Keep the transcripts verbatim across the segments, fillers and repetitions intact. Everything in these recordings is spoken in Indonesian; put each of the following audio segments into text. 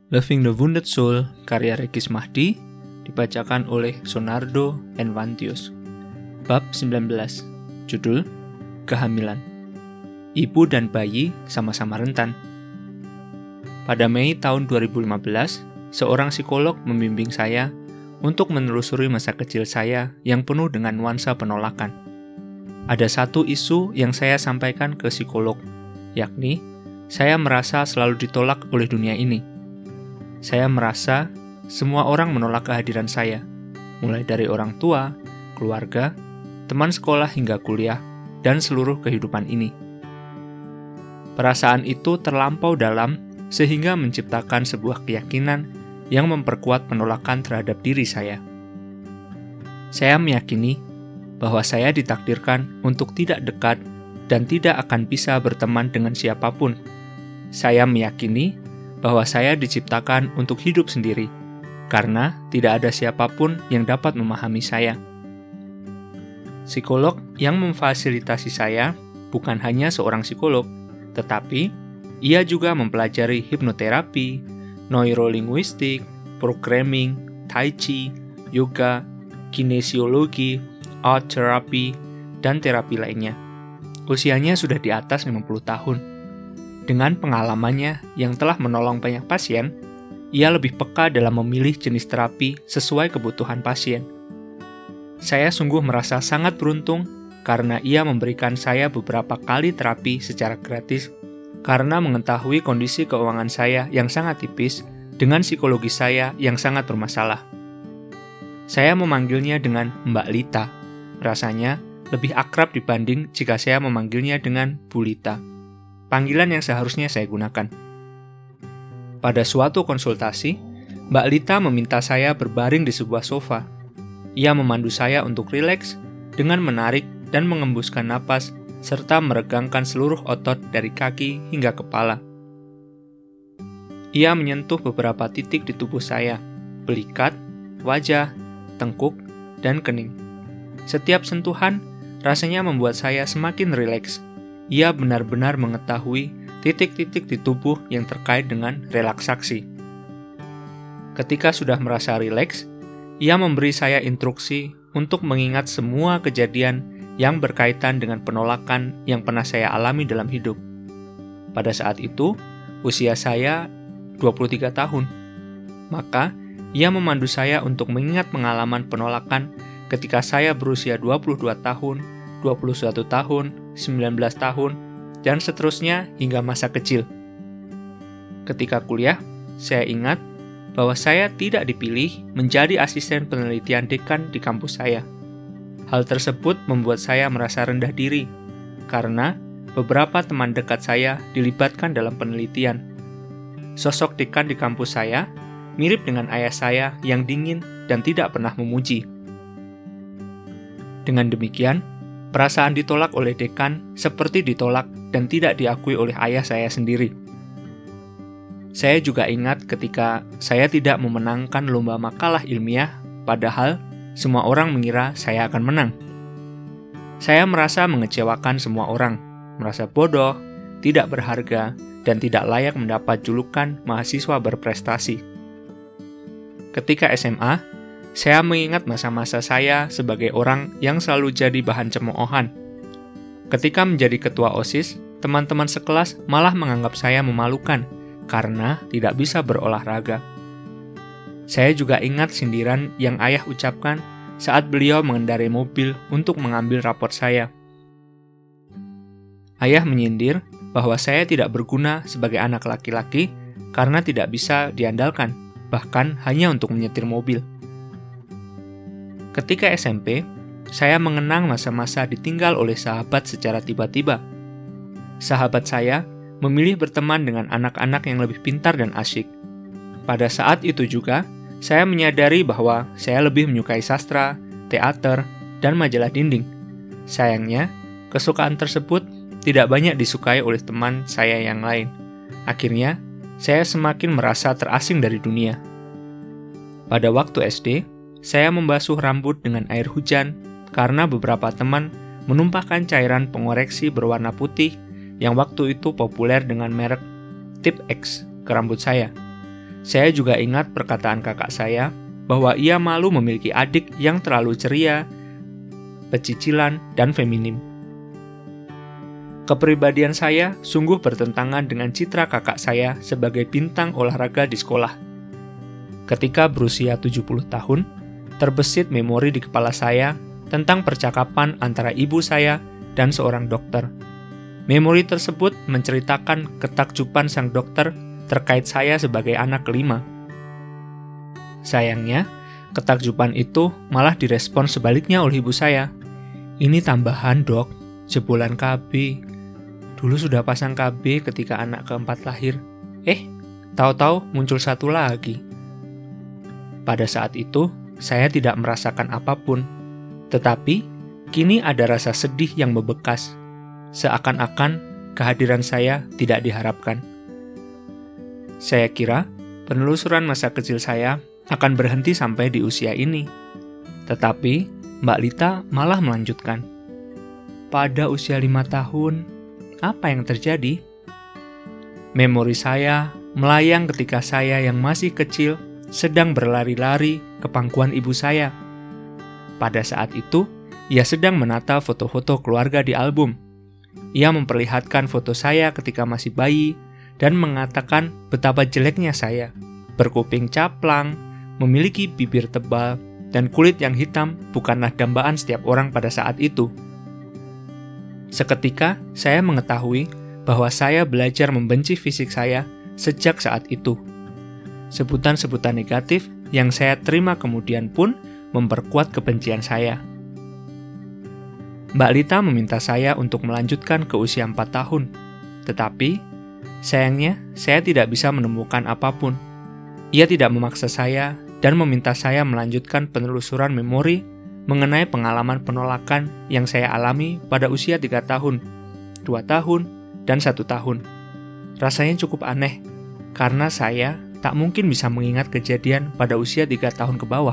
Loving the Wounded Soul, karya Regis Mahdi, dibacakan oleh Sonardo Envantius. Bab sembilan belas, judul Kehamilan. Ibu dan bayi sama-sama rentan. Pada Mei tahun dua ribu lima belas, seorang psikolog membimbing saya untuk menelusuri masa kecil saya yang penuh dengan nuansa penolakan. Ada satu isu yang saya sampaikan ke psikolog, yakni saya merasa selalu ditolak oleh dunia ini. Saya merasa semua orang menolak kehadiran saya, mulai dari orang tua, keluarga, teman sekolah hingga kuliah, dan seluruh kehidupan ini. Perasaan itu terlampau dalam sehingga menciptakan sebuah keyakinan yang memperkuat penolakan terhadap diri saya. Saya meyakini bahwa saya ditakdirkan untuk tidak dekat dan tidak akan bisa berteman dengan siapapun. Saya meyakini bahwa saya diciptakan untuk hidup sendiri, karena tidak ada siapapun yang dapat memahami saya. Psikolog yang memfasilitasi saya bukan hanya seorang psikolog, tetapi ia juga mempelajari hipnoterapi, neurolinguistik, programming, tai chi, yoga, kinesiologi, art therapy, dan terapi lainnya. Usianya sudah di atas lima puluh tahun. Dengan pengalamannya yang telah menolong banyak pasien, ia lebih peka dalam memilih jenis terapi sesuai kebutuhan pasien. Saya sungguh merasa sangat beruntung karena ia memberikan saya beberapa kali terapi secara gratis karena mengetahui kondisi keuangan saya yang sangat tipis dengan psikologi saya yang sangat bermasalah. Saya memanggilnya dengan Mbak Lita. Rasanya lebih akrab dibanding jika saya memanggilnya dengan Bu Lita, panggilan yang seharusnya saya gunakan. Pada suatu konsultasi, Mbak Lita meminta saya berbaring di sebuah sofa. Ia memandu saya untuk rileks dengan menarik dan mengembuskan napas serta meregangkan seluruh otot dari kaki hingga kepala. Ia menyentuh beberapa titik di tubuh saya, belikat, wajah, tengkuk, dan kening. Setiap sentuhan rasanya membuat saya semakin rileks. Ia benar-benar mengetahui titik-titik di tubuh yang terkait dengan relaksasi. Ketika sudah merasa rileks, ia memberi saya instruksi untuk mengingat semua kejadian yang berkaitan dengan penolakan yang pernah saya alami dalam hidup. Pada saat itu, usia saya dua puluh tiga tahun. Maka, ia memandu saya untuk mengingat pengalaman penolakan ketika saya berusia dua puluh dua tahun, dua puluh satu tahun, sembilan belas tahun, dan seterusnya hingga masa kecil. Ketika kuliah, saya ingat bahwa saya tidak dipilih menjadi asisten penelitian dekan di kampus saya. Hal tersebut membuat saya merasa rendah diri, karena beberapa teman dekat saya dilibatkan dalam penelitian. Sosok dekan di kampus saya mirip dengan ayah saya yang dingin dan tidak pernah memuji. Dengan demikian, perasaan ditolak oleh dekan seperti ditolak dan tidak diakui oleh ayah saya sendiri. Saya juga ingat ketika saya tidak memenangkan lomba makalah ilmiah, padahal semua orang mengira saya akan menang. Saya merasa mengecewakan semua orang, merasa bodoh, tidak berharga, dan tidak layak mendapat julukan mahasiswa berprestasi. Ketika S M A, saya mengingat masa-masa saya sebagai orang yang selalu jadi bahan cemoohan. Ketika menjadi ketua OSIS, teman-teman sekelas malah menganggap saya memalukan karena tidak bisa berolahraga. Saya juga ingat sindiran yang ayah ucapkan saat beliau mengendarai mobil untuk mengambil raport saya. Ayah menyindir bahwa saya tidak berguna sebagai anak laki-laki karena tidak bisa diandalkan, bahkan hanya untuk menyetir mobil. Ketika S M P, saya mengenang masa-masa ditinggal oleh sahabat secara tiba-tiba. Sahabat saya memilih berteman dengan anak-anak yang lebih pintar dan asyik. Pada saat itu juga, saya menyadari bahwa saya lebih menyukai sastra, teater, dan majalah dinding. Sayangnya, kesukaan tersebut tidak banyak disukai oleh teman saya yang lain. Akhirnya, saya semakin merasa terasing dari dunia. Pada waktu S D, saya membasuh rambut dengan air hujan karena beberapa teman menumpahkan cairan pengoreksi berwarna putih yang waktu itu populer dengan merek Tip X ke rambut saya. Saya juga ingat perkataan kakak saya bahwa ia malu memiliki adik yang terlalu ceria, pecicilan, dan feminim. Kepribadian saya sungguh bertentangan dengan citra kakak saya sebagai bintang olahraga di sekolah. Ketika berusia tujuh puluh tahun, terbesit memori di kepala saya tentang percakapan antara ibu saya dan seorang dokter. Memori tersebut menceritakan ketakjuban sang dokter terkait saya sebagai anak kelima. Sayangnya, ketakjuban itu malah direspon sebaliknya oleh ibu saya. Ini tambahan, Dok, jebolan K B. Dulu sudah pasang K B ketika anak keempat lahir. Eh, tahu-tahu muncul satu lagi. Pada saat itu, saya tidak merasakan apapun. Tetapi, kini ada rasa sedih yang membekas. Seakan-akan kehadiran saya tidak diharapkan. Saya kira penelusuran masa kecil saya akan berhenti sampai di usia ini. Tetapi, Mbak Lita malah melanjutkan. Pada usia lima tahun, apa yang terjadi? Memori saya melayang ketika saya yang masih kecil sedang berlari-lari ke pangkuan ibu saya. Pada saat itu, ia sedang menata foto-foto keluarga di album. Ia memperlihatkan foto saya ketika masih bayi dan mengatakan betapa jeleknya saya, berkuping caplang, memiliki bibir tebal, dan kulit yang hitam bukanlah dambaan setiap orang pada saat itu. Seketika, saya mengetahui bahwa saya belajar membenci fisik saya sejak saat itu. Sebutan-sebutan negatif yang saya terima kemudian pun memperkuat kebencian saya. Mbak Lita meminta saya untuk melanjutkan ke usia empat tahun, tetapi sayangnya saya tidak bisa menemukan apapun. Ia tidak memaksa saya dan meminta saya melanjutkan penelusuran memori mengenai pengalaman penolakan yang saya alami pada usia tiga tahun, dua tahun, dan satu tahun. Rasanya cukup aneh, karena saya tak mungkin bisa mengingat kejadian pada usia tiga tahun ke bawah.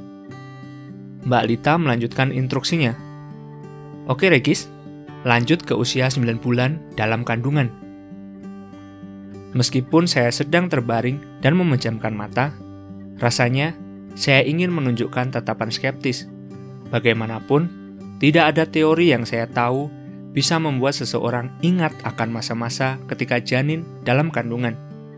Mbak Lita melanjutkan instruksinya. Oke Regis, lanjut ke usia sembilan bulan dalam kandungan. Meskipun saya sedang terbaring dan memejamkan mata, rasanya saya ingin menunjukkan tatapan skeptis. Bagaimanapun, tidak ada teori yang saya tahu bisa membuat seseorang ingat akan masa-masa ketika janin dalam kandungan.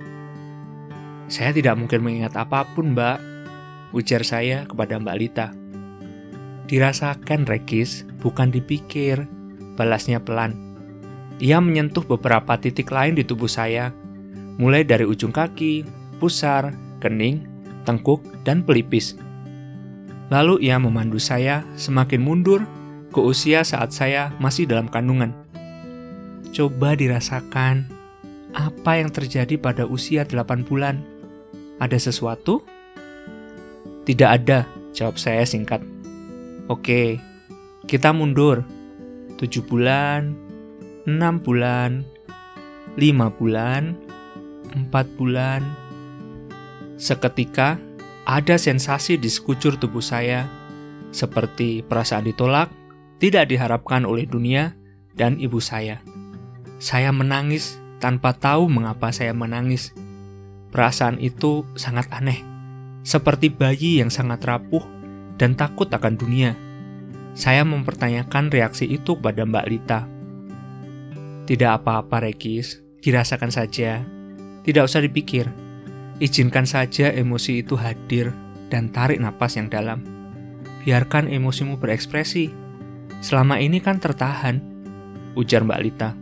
Saya tidak mungkin mengingat apapun, Mbak, ujar saya kepada Mbak Lita. Dirasakan, Regis, bukan dipikir, balasnya pelan. Ia menyentuh beberapa titik lain di tubuh saya, mulai dari ujung kaki, pusar, kening, tengkuk, dan pelipis. Lalu ia memandu saya semakin mundur ke usia saat saya masih dalam kandungan. Coba dirasakan, apa yang terjadi pada usia delapan bulan? Ada sesuatu? Tidak ada, jawab saya singkat. Oke, kita mundur. Tujuh bulan, enam bulan, lima bulan, empat bulan. Seketika, ada sensasi di sekujur tubuh saya, seperti perasaan ditolak, tidak diharapkan oleh dunia dan ibu saya. Saya menangis tanpa tahu mengapa saya menangis. Perasaan itu sangat aneh, seperti bayi yang sangat rapuh dan takut akan dunia. Saya mempertanyakan reaksi itu kepada Mbak Lita. Tidak apa-apa, Regis, dirasakan saja. Tidak usah dipikir. Izinkan saja emosi itu hadir dan tarik napas yang dalam. Biarkan emosimu berekspresi. Selama ini kan tertahan, ujar Mbak Lita.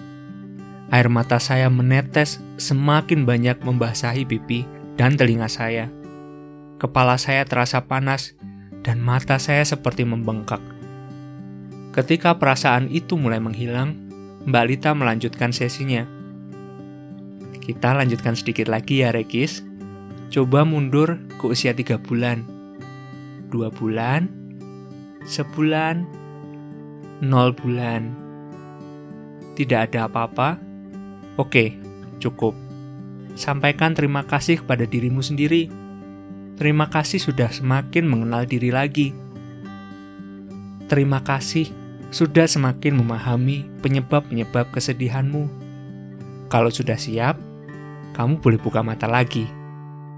Air mata saya menetes semakin banyak membasahi pipi dan telinga saya. Kepala saya terasa panas dan mata saya seperti membengkak. Ketika perasaan itu mulai menghilang, Mbak Lita melanjutkan sesinya. Kita lanjutkan sedikit lagi ya, Regis. Coba mundur ke usia tiga bulan, dua bulan, sebulan, nol bulan. Tidak ada apa-apa? Oke, cukup. Sampaikan terima kasih kepada dirimu sendiri. Terima kasih sudah semakin mengenal diri lagi. Terima kasih sudah semakin memahami penyebab-penyebab kesedihanmu. Kalau sudah siap, kamu boleh buka mata lagi.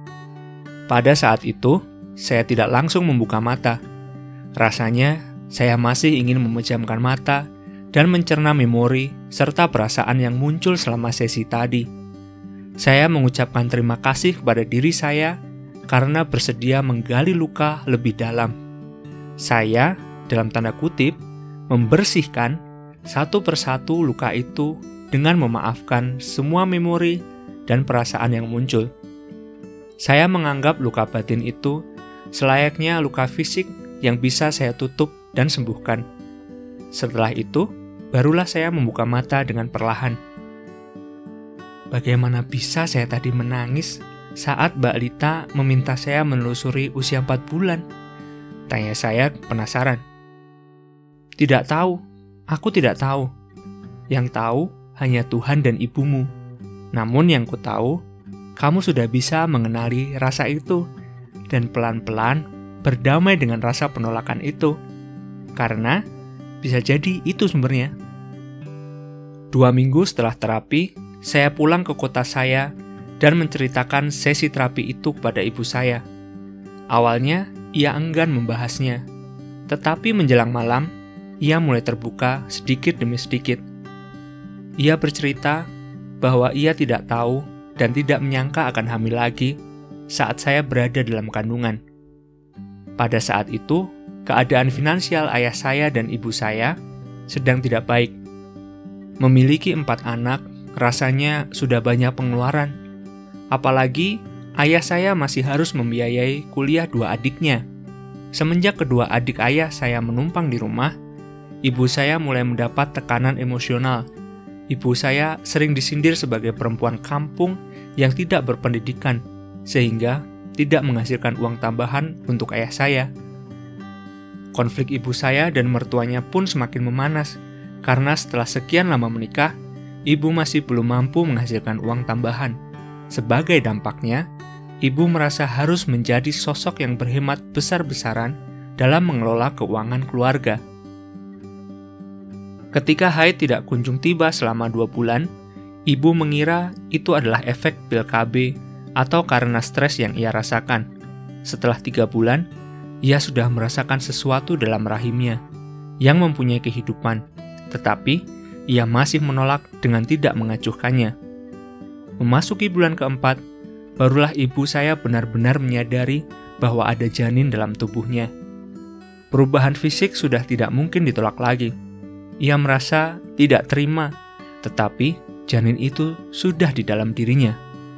Pada saat itu, saya tidak langsung membuka mata. Rasanya, saya masih ingin memejamkan mata dan mencerna memori serta perasaan yang muncul selama sesi tadi. Saya mengucapkan terima kasih kepada diri saya karena bersedia menggali luka lebih dalam. Saya, dalam tanda kutip, membersihkan satu persatu luka itu dengan memaafkan semua memori dan perasaan yang muncul. Saya menganggap luka batin itu selayaknya luka fisik yang bisa saya tutup dan sembuhkan. Setelah itu, barulah saya membuka mata dengan perlahan. Bagaimana bisa saya tadi menangis saat Mbak Lita meminta saya menelusuri usia empat bulan? Tanya saya penasaran. Tidak tahu, aku tidak tahu. Yang tahu hanya Tuhan dan ibumu. Namun yang ku tahu, kamu sudah bisa mengenali rasa itu dan pelan-pelan berdamai dengan rasa penolakan itu. Karena bisa jadi itu sumbernya. Dua minggu setelah terapi, saya pulang ke kota saya dan menceritakan sesi terapi itu kepada ibu saya. Awalnya, ia enggan membahasnya. Tetapi menjelang malam, ia mulai terbuka sedikit demi sedikit. Ia bercerita bahwa ia tidak tahu dan tidak menyangka akan hamil lagi saat saya berada dalam kandungan. Pada saat itu, keadaan finansial ayah saya dan ibu saya sedang tidak baik. Memiliki empat anak, rasanya sudah banyak pengeluaran. Apalagi, ayah saya masih harus membiayai kuliah dua adiknya. Semenjak kedua adik ayah saya menumpang di rumah, ibu saya mulai mendapat tekanan emosional. Ibu saya sering disindir sebagai perempuan kampung yang tidak berpendidikan, sehingga tidak menghasilkan uang tambahan untuk ayah saya. Konflik ibu saya dan mertuanya pun semakin memanas, karena setelah sekian lama menikah, ibu masih belum mampu menghasilkan uang tambahan. Sebagai dampaknya, ibu merasa harus menjadi sosok yang berhemat besar-besaran dalam mengelola keuangan keluarga. Ketika haid tidak kunjung tiba selama dua bulan, ibu mengira itu adalah efek pil K B atau karena stres yang ia rasakan. Setelah tiga bulan, ia sudah merasakan sesuatu dalam rahimnya yang mempunyai kehidupan, tetapi ia masih menolak dengan tidak mengacuhkannya. Memasuki bulan keempat, barulah ibu saya benar-benar menyadari bahwa ada janin dalam tubuhnya. Perubahan fisik sudah tidak mungkin ditolak lagi. Ia merasa tidak terima, tetapi janin itu sudah di dalam dirinya.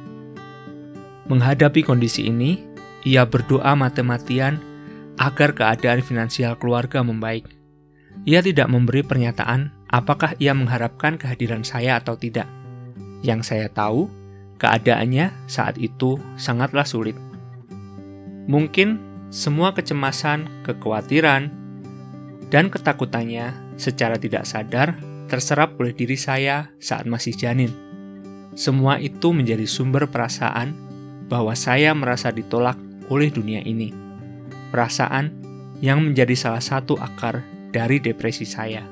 Menghadapi kondisi ini, ia berdoa mati-matian agar keadaan finansial keluarga membaik. Ia tidak memberi pernyataan apakah ia mengharapkan kehadiran saya atau tidak. Yang saya tahu, keadaannya saat itu sangatlah sulit. Mungkin semua kecemasan, kekhawatiran, dan ketakutannya secara tidak sadar terserap oleh diri saya saat masih janin. Semua itu menjadi sumber perasaan bahwa saya merasa ditolak oleh dunia ini. Perasaan yang menjadi salah satu akar dari depresi saya.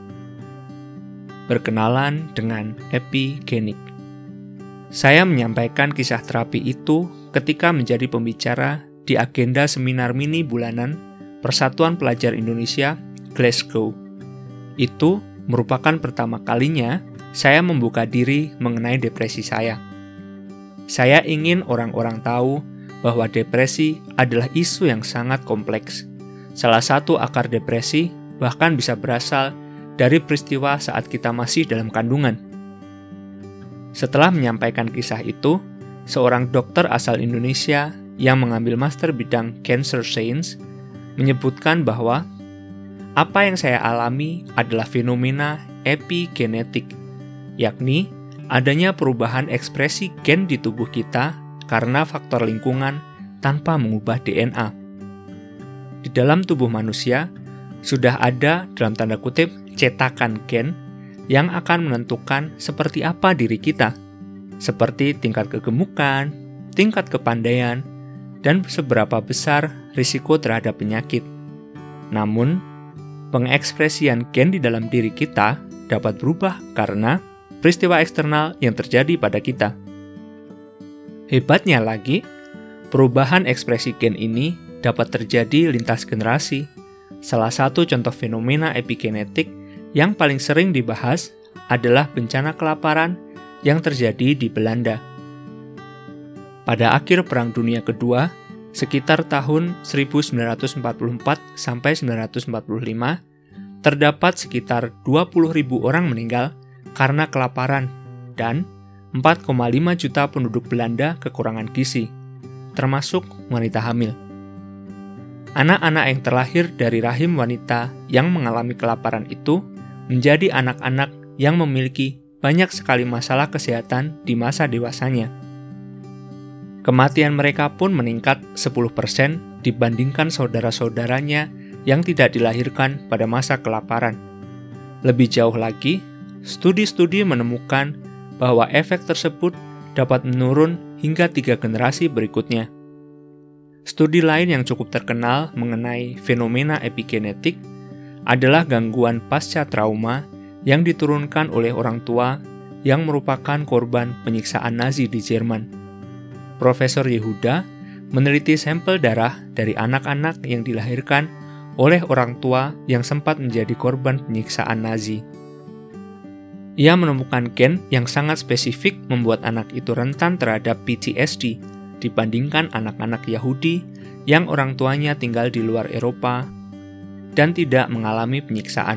Berkenalan dengan epigenik. Saya menyampaikan kisah terapi itu ketika menjadi pembicara di agenda seminar mini bulanan Persatuan Pelajar Indonesia Glasgow. Itu merupakan pertama kalinya saya membuka diri mengenai depresi saya. Saya ingin orang-orang tahu bahwa depresi adalah isu yang sangat kompleks. Salah satu akar depresi bahkan bisa berasal dari peristiwa saat kita masih dalam kandungan. Setelah menyampaikan kisah itu, seorang dokter asal Indonesia yang mengambil master bidang Cancer Science menyebutkan bahwa apa yang saya alami adalah fenomena epigenetik, yakni adanya perubahan ekspresi gen di tubuh kita karena faktor lingkungan tanpa mengubah D N A. Di dalam tubuh manusia, sudah ada dalam tanda kutip cetakan gen yang akan menentukan seperti apa diri kita, seperti tingkat kegemukan, tingkat kepandaian, dan seberapa besar risiko terhadap penyakit. Namun, pengekspresian gen di dalam diri kita dapat berubah karena peristiwa eksternal yang terjadi pada kita. Hebatnya lagi, Perubahan ekspresi gen ini dapat terjadi lintas generasi. Salah satu contoh fenomena epigenetik yang paling sering dibahas adalah bencana kelaparan yang terjadi di Belanda. Pada akhir Perang Dunia Kedua, sekitar tahun seribu sembilan ratus empat puluh empat sampai sembilan ratus empat puluh lima, terdapat sekitar dua puluh ribu orang meninggal karena kelaparan dan empat koma lima juta penduduk Belanda kekurangan gizi, termasuk wanita hamil. Anak-anak yang terlahir dari rahim wanita yang mengalami kelaparan itu menjadi anak-anak yang memiliki banyak sekali masalah kesehatan di masa dewasanya. Kematian mereka pun meningkat sepuluh persen dibandingkan saudara-saudaranya yang tidak dilahirkan pada masa kelaparan. Lebih jauh lagi, studi-studi menemukan bahwa efek tersebut dapat menurun hingga tiga generasi berikutnya. Studi lain yang cukup terkenal mengenai fenomena epigenetik adalah gangguan pasca trauma yang diturunkan oleh orang tua yang merupakan korban penyiksaan Nazi di Jerman. Profesor Yehuda meneliti sampel darah dari anak-anak yang dilahirkan oleh orang tua yang sempat menjadi korban penyiksaan Nazi. Ia menemukan gen yang sangat spesifik membuat anak itu rentan terhadap P T S D dibandingkan anak-anak Yahudi yang orang tuanya tinggal di luar Eropa dan tidak mengalami penyiksaan.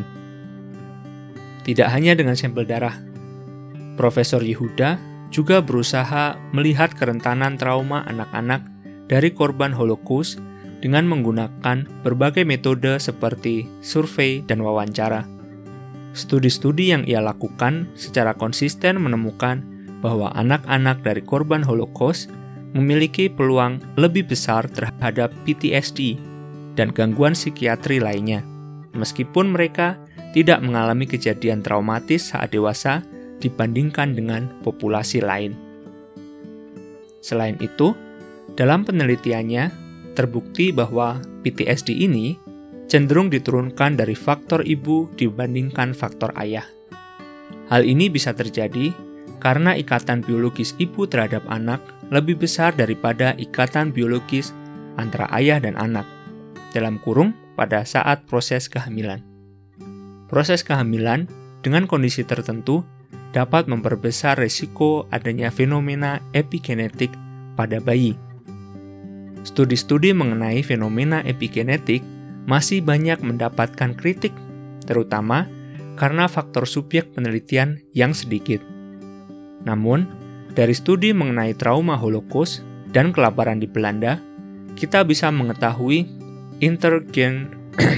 Tidak hanya dengan sampel darah, Profesor Yehuda juga berusaha melihat kerentanan trauma anak-anak dari korban Holocaust dengan menggunakan berbagai metode seperti survei dan wawancara. Studi-studi yang ia lakukan secara konsisten menemukan bahwa anak-anak dari korban Holocaust memiliki peluang lebih besar terhadap P T S D dan gangguan psikiatri lainnya, meskipun mereka tidak mengalami kejadian traumatis saat dewasa dibandingkan dengan populasi lain. Selain itu, dalam penelitiannya, terbukti bahwa P T S D ini cenderung diturunkan dari faktor ibu dibandingkan faktor ayah. Hal ini bisa terjadi karena ikatan biologis ibu terhadap anak lebih besar daripada ikatan biologis antara ayah dan anak, dalam kurung pada saat proses kehamilan. Proses kehamilan dengan kondisi tertentu dapat memperbesar risiko adanya fenomena epigenetik pada bayi. Studi-studi mengenai fenomena epigenetik masih banyak mendapatkan kritik, terutama karena faktor subjek penelitian yang sedikit. Namun, dari studi mengenai trauma Holocaust dan kelaparan di Belanda, kita bisa mengetahui intergen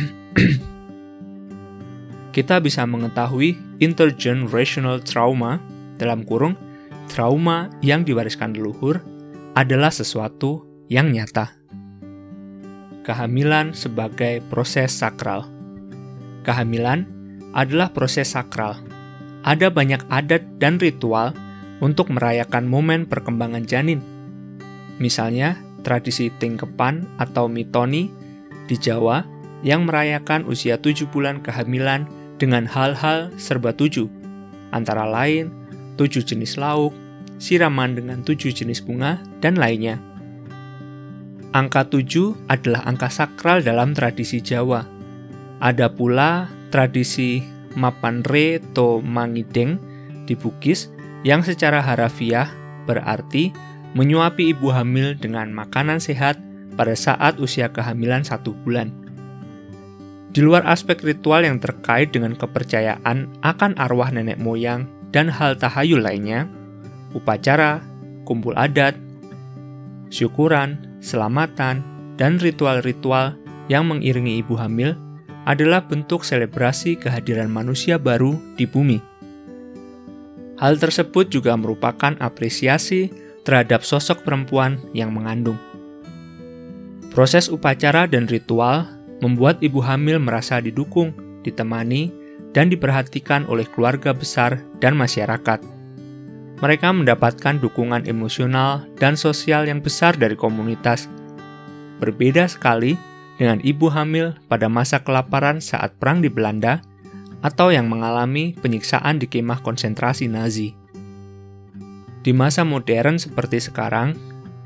kita bisa mengetahui intergenerational trauma, dalam kurung, trauma yang diwariskan leluhur, adalah sesuatu yang nyata. Kehamilan sebagai proses sakral. Kehamilan adalah proses sakral. Ada banyak adat dan ritual untuk merayakan momen perkembangan janin. Misalnya, tradisi tingkepan atau mitoni di Jawa yang merayakan usia tujuh bulan kehamilan dengan hal-hal serba tujuh, antara lain tujuh jenis lauk, siraman dengan tujuh jenis bunga, dan lainnya. Angka tujuh adalah angka sakral dalam tradisi Jawa. Ada pula tradisi Mapanre to Mangideng di Bugis yang secara harafiah berarti menyuapi ibu hamil dengan makanan sehat pada saat usia kehamilan satu bulan. Di luar aspek ritual yang terkait dengan kepercayaan akan arwah nenek moyang dan hal tahayul lainnya, upacara, kumpul adat, syukuran, selamatan, dan ritual-ritual yang mengiringi ibu hamil adalah bentuk selebrasi kehadiran manusia baru di bumi. Hal tersebut juga merupakan apresiasi terhadap sosok perempuan yang mengandung. Proses upacara dan ritual membuat ibu hamil merasa didukung, ditemani, dan diperhatikan oleh keluarga besar dan masyarakat. Mereka mendapatkan dukungan emosional dan sosial yang besar dari komunitas. Berbeda sekali dengan ibu hamil pada masa kelaparan saat perang di Belanda atau yang mengalami penyiksaan di kemah konsentrasi Nazi. Di masa modern seperti sekarang,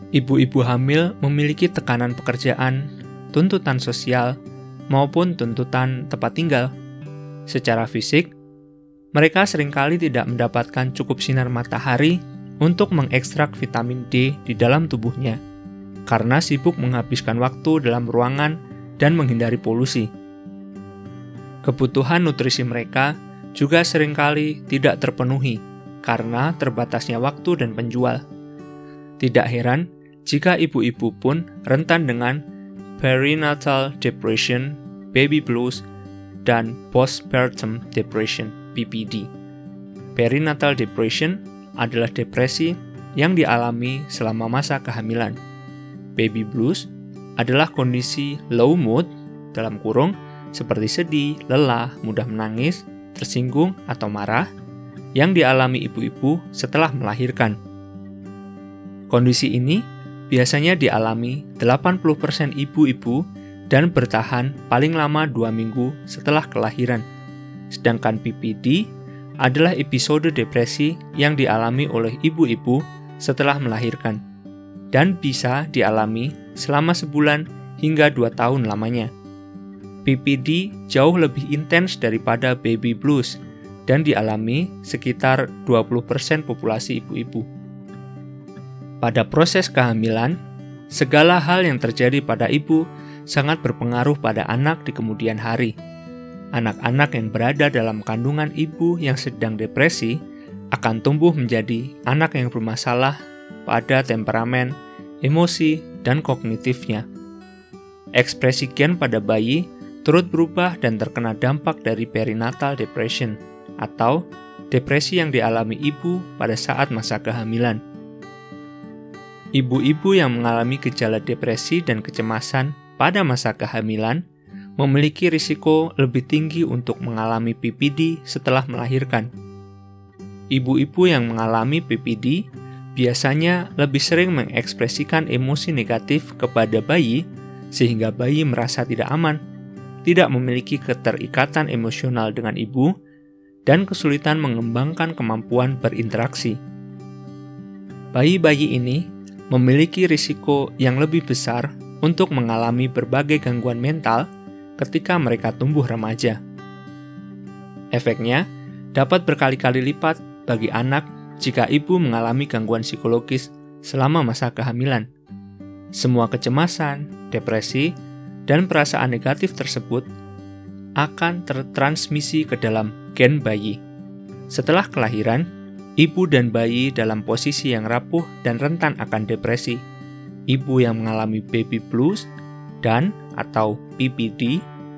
Ibu-ibu hamil memiliki tekanan pekerjaan, tuntutan sosial, maupun tuntutan tempat tinggal. Secara fisik, mereka seringkali tidak mendapatkan cukup sinar matahari untuk mengekstrak vitamin D di dalam tubuhnya, karena sibuk menghabiskan waktu dalam ruangan dan menghindari polusi. Kebutuhan nutrisi mereka juga seringkali tidak terpenuhi karena terbatasnya waktu dan penjual. Tidak heran jika ibu-ibu pun rentan dengan perinatal depression, baby blues, dan postpartum depression, P P D. Perinatal depression adalah depresi yang dialami selama masa kehamilan. Baby blues adalah kondisi low mood, dalam kurung, seperti sedih, lelah, mudah menangis, tersinggung, atau marah, yang dialami ibu-ibu setelah melahirkan. Kondisi ini biasanya dialami delapan puluh persen ibu-ibu dan bertahan paling lama dua minggu setelah kelahiran. Sedangkan P P D adalah episode depresi yang dialami oleh ibu-ibu setelah melahirkan dan bisa dialami selama sebulan hingga dua tahun lamanya. P P D jauh lebih intens daripada baby blues dan dialami sekitar dua puluh persen populasi ibu-ibu. Pada proses kehamilan, segala hal yang terjadi pada ibu sangat berpengaruh pada anak di kemudian hari. Anak-anak yang berada dalam kandungan ibu yang sedang depresi akan tumbuh menjadi anak yang bermasalah pada temperamen, emosi, dan kognitifnya. Ekspresi gen pada bayi turut berubah dan terkena dampak dari perinatal depression atau depresi yang dialami ibu pada saat masa kehamilan. Ibu-ibu yang mengalami gejala depresi dan kecemasan pada masa kehamilan memiliki risiko lebih tinggi untuk mengalami P P D setelah melahirkan. Ibu-ibu yang mengalami P P D biasanya lebih sering mengekspresikan emosi negatif kepada bayi sehingga bayi merasa tidak aman, tidak memiliki keterikatan emosional dengan ibu, dan kesulitan mengembangkan kemampuan berinteraksi. Bayi-bayi ini memiliki risiko yang lebih besar untuk mengalami berbagai gangguan mental ketika mereka tumbuh remaja. Efeknya dapat berkali-kali lipat bagi anak jika ibu mengalami gangguan psikologis selama masa kehamilan. Semua kecemasan, depresi, dan perasaan negatif tersebut akan tertransmisi ke dalam gen bayi. Setelah kelahiran, ibu dan bayi dalam posisi yang rapuh dan rentan akan depresi. Ibu yang mengalami baby blues dan atau P P D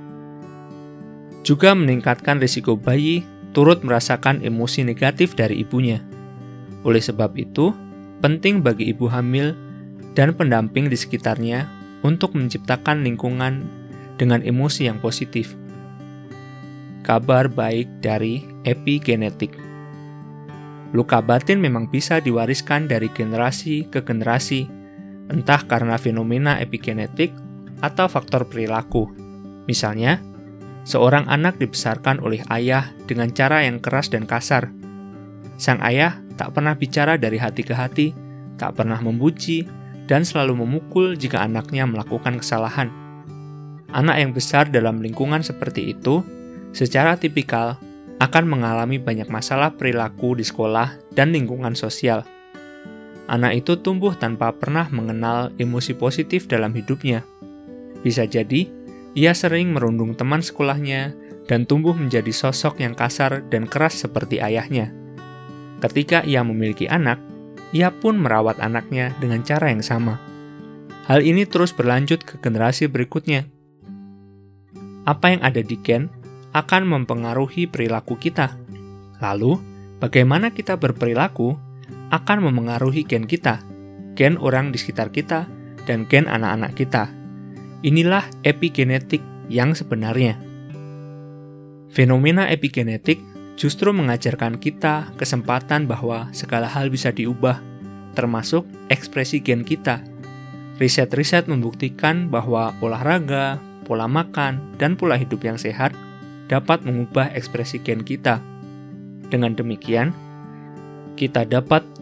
juga meningkatkan risiko bayi turut merasakan emosi negatif dari ibunya. Oleh sebab itu, penting bagi ibu hamil dan pendamping di sekitarnya untuk menciptakan lingkungan dengan emosi yang positif. Kabar baik dari epigenetik. Luka batin memang bisa diwariskan dari generasi ke generasi, entah karena fenomena epigenetik atau faktor perilaku. Misalnya, seorang anak dibesarkan oleh ayah dengan cara yang keras dan kasar. Sang ayah tak pernah bicara dari hati ke hati, tak pernah memuji, dan selalu memukul jika anaknya melakukan kesalahan. Anak yang besar dalam lingkungan seperti itu, secara tipikal, akan mengalami banyak masalah perilaku di sekolah dan lingkungan sosial. Anak itu tumbuh tanpa pernah mengenal emosi positif dalam hidupnya. Bisa jadi, ia sering merundung teman sekolahnya dan tumbuh menjadi sosok yang kasar dan keras seperti ayahnya. Ketika ia memiliki anak, ia pun merawat anaknya dengan cara yang sama. Hal ini terus berlanjut ke generasi berikutnya. Apa yang ada di gen akan mempengaruhi perilaku kita. Lalu, bagaimana kita berperilaku akan memengaruhi gen kita, gen orang di sekitar kita, dan gen anak-anak kita. Inilah epigenetik yang sebenarnya. Fenomena epigenetik justru mengajarkan kita kesempatan bahwa segala hal bisa diubah, termasuk ekspresi gen kita. Riset-riset membuktikan bahwa olahraga, pola makan, dan pola hidup yang sehat dapat mengubah ekspresi gen kita. Dengan demikian, kita dapat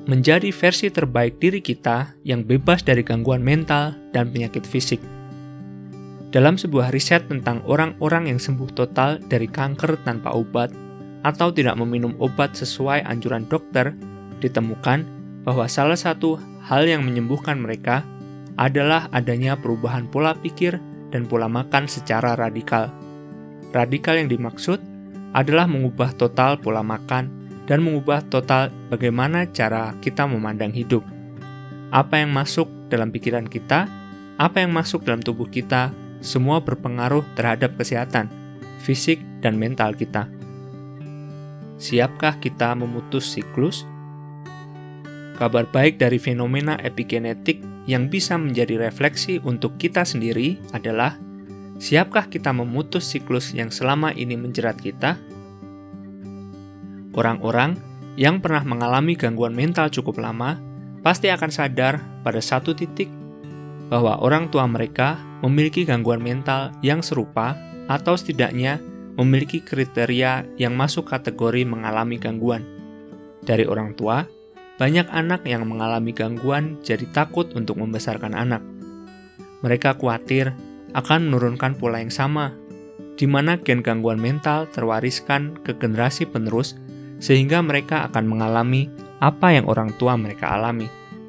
menjadi versi terbaik diri kita yang bebas dari gangguan mental dan penyakit fisik. Dalam sebuah riset tentang orang-orang yang sembuh total dari kanker tanpa obat atau tidak meminum obat sesuai anjuran dokter, ditemukan bahwa salah satu hal yang menyembuhkan mereka adalah adanya perubahan pola pikir dan pola makan secara radikal. Radikal yang dimaksud adalah mengubah total pola makan dan mengubah total bagaimana cara kita memandang hidup. Apa yang masuk dalam pikiran kita, apa yang masuk dalam tubuh kita, semua berpengaruh terhadap kesehatan, fisik, dan mental kita. Siapkah kita memutus siklus? Kabar baik dari fenomena epigenetik yang bisa menjadi refleksi untuk kita sendiri adalah, siapkah kita memutus siklus yang selama ini menjerat kita? Orang-orang yang pernah mengalami gangguan mental cukup lama pasti akan sadar pada satu titik bahwa orang tua mereka memiliki gangguan mental yang serupa atau setidaknya memiliki kriteria yang masuk kategori mengalami gangguan. Dari orang tua, banyak anak yang mengalami gangguan jadi takut untuk membesarkan anak. Mereka khawatir akan menurunkan pola yang sama, di mana gen gangguan mental terwariskan ke generasi penerus sehingga mereka akan mengalami apa yang orang tua mereka alami.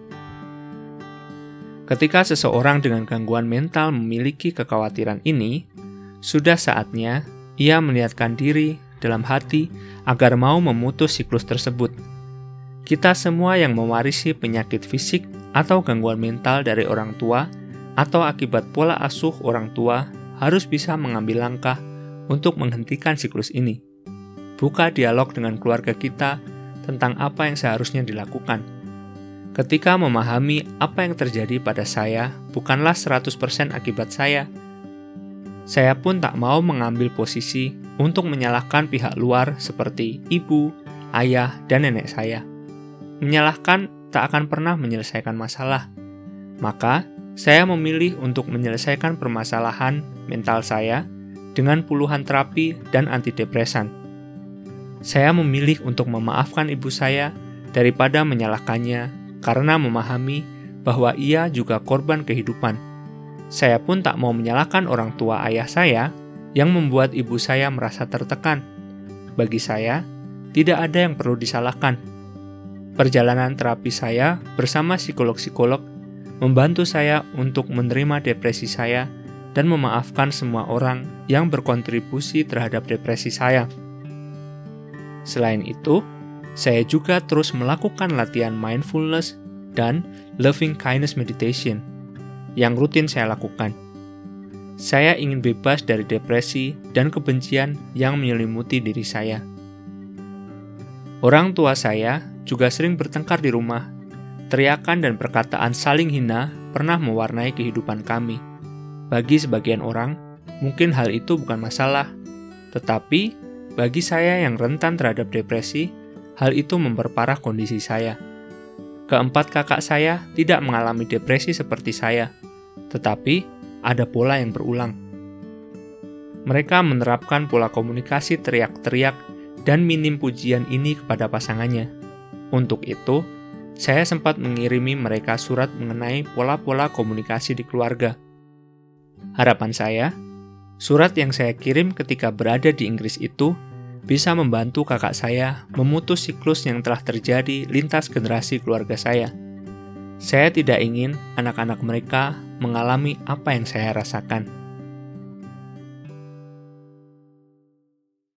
Ketika seseorang dengan gangguan mental memiliki kekhawatiran ini, sudah saatnya ia meniatkan diri dalam hati agar mau memutus siklus tersebut. Kita semua yang mewarisi penyakit fisik atau gangguan mental dari orang tua atau akibat pola asuh orang tua harus bisa mengambil langkah untuk menghentikan siklus ini. Buka dialog dengan keluarga kita tentang apa yang seharusnya dilakukan. Ketika memahami apa yang terjadi pada saya bukanlah seratus persen akibat saya, saya pun tak mau mengambil posisi untuk menyalahkan pihak luar seperti ibu, ayah, dan nenek saya. Menyalahkan tak akan pernah menyelesaikan masalah. Maka, saya memilih untuk menyelesaikan permasalahan mental saya dengan puluhan terapi dan antidepresan. Saya memilih untuk memaafkan ibu saya daripada menyalahkannya karena memahami bahwa ia juga korban kehidupan. Saya pun tak mau menyalahkan orang tua ayah saya yang membuat ibu saya merasa tertekan. Bagi saya, tidak ada yang perlu disalahkan. Perjalanan terapi saya bersama psikolog-psikolog membantu saya untuk menerima depresi saya dan memaafkan semua orang yang berkontribusi terhadap depresi saya. Selain itu, saya juga terus melakukan latihan mindfulness dan loving kindness meditation yang rutin saya lakukan. Saya ingin bebas dari depresi dan kebencian yang menyelimuti diri saya. Orang tua saya juga sering bertengkar di rumah. Teriakan dan perkataan saling hina pernah mewarnai kehidupan kami. Bagi sebagian orang, mungkin hal itu bukan masalah. Tetapi, bagi saya yang rentan terhadap depresi, hal itu memperparah kondisi saya. Keempat kakak saya tidak mengalami depresi seperti saya, tetapi ada pola yang berulang. Mereka menerapkan pola komunikasi teriak-teriak dan minim pujian ini kepada pasangannya. Untuk itu, saya sempat mengirimi mereka surat mengenai pola-pola komunikasi di keluarga. Harapan saya, surat yang saya kirim ketika berada di Inggris itu bisa membantu kakak saya memutus siklus yang telah terjadi lintas generasi keluarga saya. Saya tidak ingin anak-anak mereka mengalami apa yang saya rasakan.